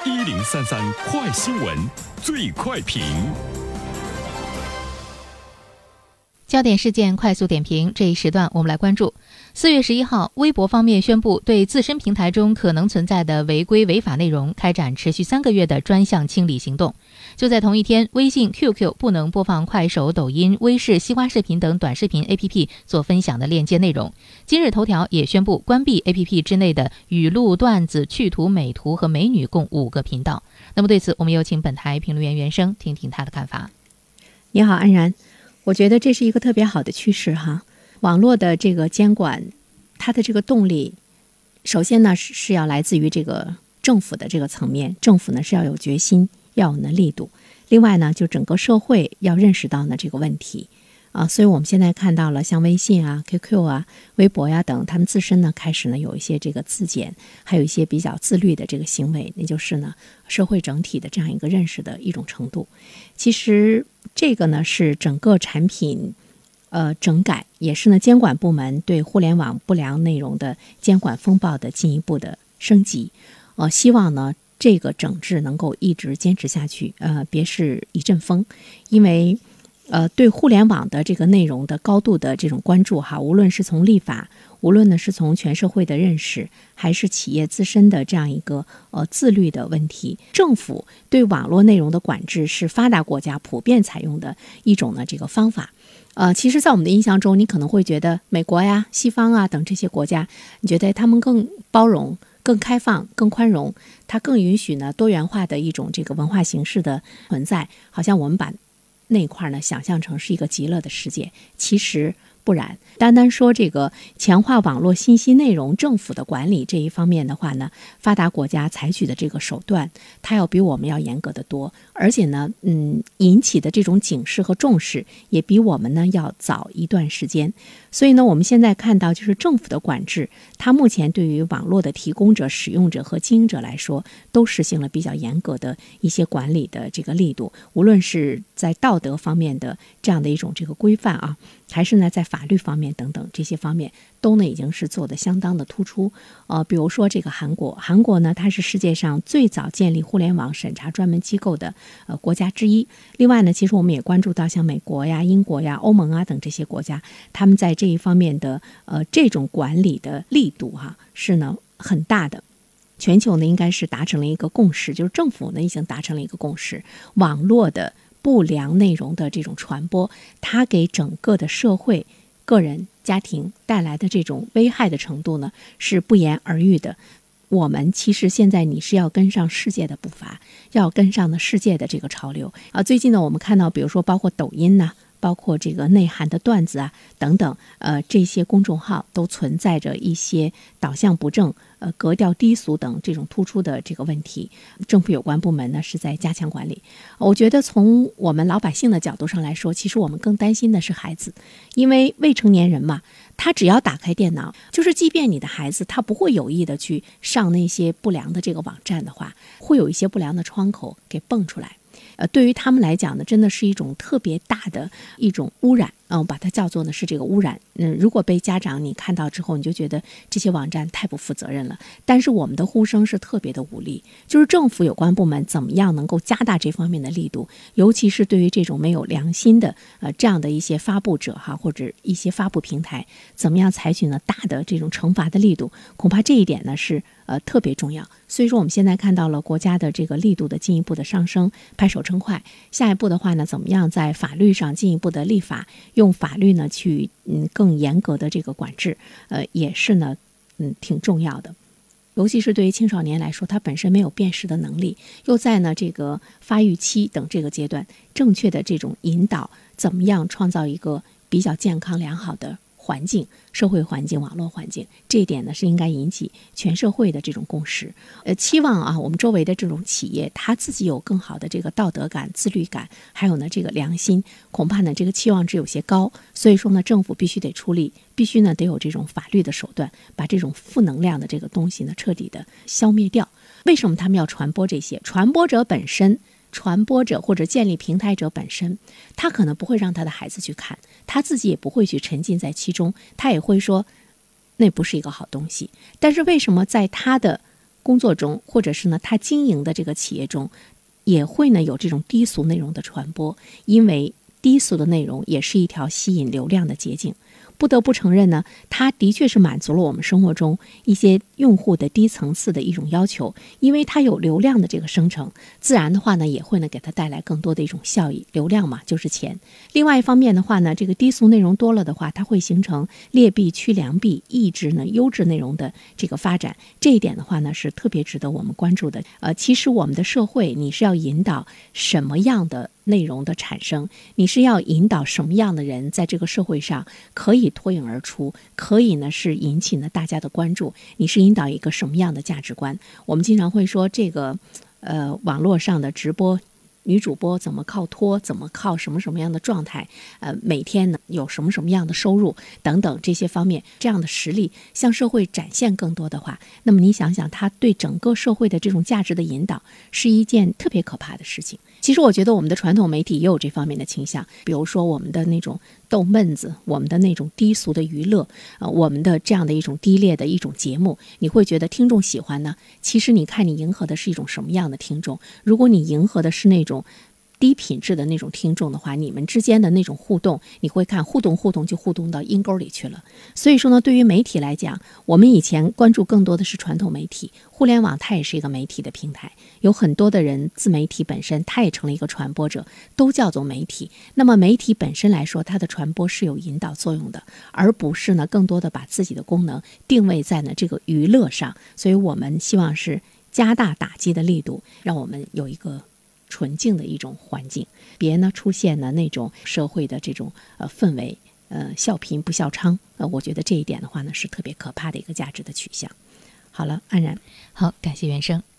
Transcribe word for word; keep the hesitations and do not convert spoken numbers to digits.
一零三三快新闻，最快评。 焦点事件快速点评，这一时段我们来关注。四月十一号，微博方面宣布对自身平台中可能存在的违规违法内容开展持续三个月的专项清理行动。就在同一天，微信、Q Q 不能播放快手、抖音、微视、西瓜视频等短视频 A P P 所分享的链接内容。今日头条也宣布关闭 A P P 之内的语录、段子、趣图、美图和美女共五个频道。那么对此，我们有请本台评论员袁生听听他的看法。 你好，安然。我觉得这是一个特别好的趋势哈，网络的这个监管，它的这个动力，首先呢是是要来自于这个政府的这个层面，政府呢是要有决心，要有呢力度。另外呢，就整个社会要认识到呢这个问题啊，所以我们现在看到了像微信啊、Q Q 啊、微博呀等，他们自身呢开始呢有一些这个自检，还有一些比较自律的这个行为，那就是呢社会整体的这样一个认识的一种程度。其实这个呢是整个产品呃整改，也是呢监管部门对互联网不良内容的监管风暴的进一步的升级。呃，希望呢这个整治能够一直坚持下去，呃，别是一阵风，因为呃，对互联网的这个内容的高度的这种关注哈，无论是从立法，无论呢是从全社会的认识，还是企业自身的这样一个呃自律的问题，政府对网络内容的管制是发达国家普遍采用的一种呢这个方法。呃，其实，在我们的印象中，你可能会觉得美国呀、西方啊等这些国家，你觉得他们更包容、更开放、更宽容，它更允许呢多元化的一种这个文化形式的存在，好像我们把那一块呢想象成是一个极乐的世界，其实不然。单单说这个强化网络信息内容政府的管理这一方面的话呢，发达国家采取的这个手段，它要比我们要严格的多，而且呢，嗯，引起的这种警示和重视也比我们呢要早一段时间。所以呢，我们现在看到就是政府的管制，它目前对于网络的提供者、使用者和经营者来说，都实行了比较严格的一些管理的这个力度，无论是在道德方面的这样的一种这个规范啊，还是呢在法律方面等等这些方面，都呢已经是做得相当的突出。呃，比如说这个韩国，韩国呢它是世界上最早建立互联网审查专门机构的呃国家之一。另外呢，其实我们也关注到像美国呀、英国呀、欧盟啊等这些国家，他们在这一方面的呃这种管理的力度哈、啊、是呢很大的。全球呢应该是达成了一个共识，就是政府呢已经达成了一个共识，网络的不良内容的这种传播，它给整个的社会、个人、家庭带来的这种危害的程度呢是不言而喻的。我们其实现在你是要跟上世界的步伐，要跟上呢世界的这个潮流啊。最近呢我们看到，比如说包括抖音呢、啊，包括这个内涵的段子啊等等，呃，这些公众号都存在着一些导向不正、呃格调低俗等这种突出的这个问题。政府有关部门呢是在加强管理。我觉得从我们老百姓的角度上来说，其实我们更担心的是孩子，因为未成年人嘛，他只要打开电脑，就是即便你的孩子他不会有意的去上那些不良的这个网站的话，会有一些不良的窗口给蹦出来。呃，对于他们来讲呢，真的是一种特别大的一种污染啊、呃，我把它叫做呢是这个污染。嗯，如果被家长你看到之后，你就觉得这些网站太不负责任了。但是我们的呼声是特别的无力，就是政府有关部门怎么样能够加大这方面的力度，尤其是对于这种没有良心的呃这样的一些发布者哈，或者一些发布平台，怎么样采取呢大的这种惩罚的力度，恐怕这一点呢是呃特别重要。所以说我们现在看到了国家的这个力度的进一步的上升，拍手称快。下一步的话呢，怎么样在法律上进一步的立法，用法律呢去嗯更严格的这个管制，呃也是呢嗯挺重要的。尤其是对于青少年来说，他本身没有辨识的能力，又在呢这个发育期等这个阶段，正确的这种引导，怎么样创造一个比较健康良好的环境、社会环境、网络环境，这一点呢是应该引起全社会的这种共识。呃，期望啊，我们周围的这种企业，他自己有更好的这个道德感、自律感，还有呢这个良心，恐怕呢这个期望值有些高。所以说呢，政府必须得出力，必须呢得有这种法律的手段，把这种负能量的这个东西呢彻底的消灭掉。为什么他们要传播这些？传播者本身。传播者或者建立平台者本身，他可能不会让他的孩子去看，他自己也不会去沉浸在其中，他也会说那不是一个好东西。但是为什么在他的工作中，或者是呢他经营的这个企业中，也会呢有这种低俗内容的传播，因为低俗的内容也是一条吸引流量的捷径。不得不承认呢，它的确是满足了我们生活中一些用户的低层次的一种要求，因为它有流量的这个生成，自然的话呢，也会呢给它带来更多的一种效益。流量嘛，就是钱。另外一方面的话呢，这个低俗内容多了的话，它会形成劣币驱良币，抑制呢优质内容的这个发展。这一点的话呢，是特别值得我们关注的。呃，其实我们的社会，你是要引导什么样的内容的产生，你是要引导什么样的人在这个社会上可以脱颖而出，可以呢是引起呢大家的关注，你是引导一个什么样的价值观。我们经常会说这个呃网络上的直播女主播怎么靠托，怎么靠什么什么样的状态，呃，每天呢有什么什么样的收入等等这些方面，这样的实力向社会展现更多的话，那么你想想，它对整个社会的这种价值的引导是一件特别可怕的事情。其实我觉得我们的传统媒体也有这方面的倾向，比如说我们的那种逗闷子，我们的那种低俗的娱乐，呃，我们的这样的一种低劣的一种节目，你会觉得听众喜欢呢？其实你看你迎合的是一种什么样的听众？如果你迎合的是那种低品质的那种听众的话，你们之间的那种互动，你会看互动互动就互动到阴沟里去了。所以说呢，对于媒体来讲，我们以前关注更多的是传统媒体，互联网它也是一个媒体的平台，有很多的人自媒体本身它也成了一个传播者，都叫做媒体。那么媒体本身来说，它的传播是有引导作用的，而不是呢更多的把自己的功能定位在呢这个娱乐上。所以我们希望是加大打击的力度，让我们有一个纯净的一种环境，别呢出现呢那种社会的这种呃氛围，呃笑贫不笑娼，呃我觉得这一点的话呢是特别可怕的一个价值的取向。好了，安然， 好，感谢原生。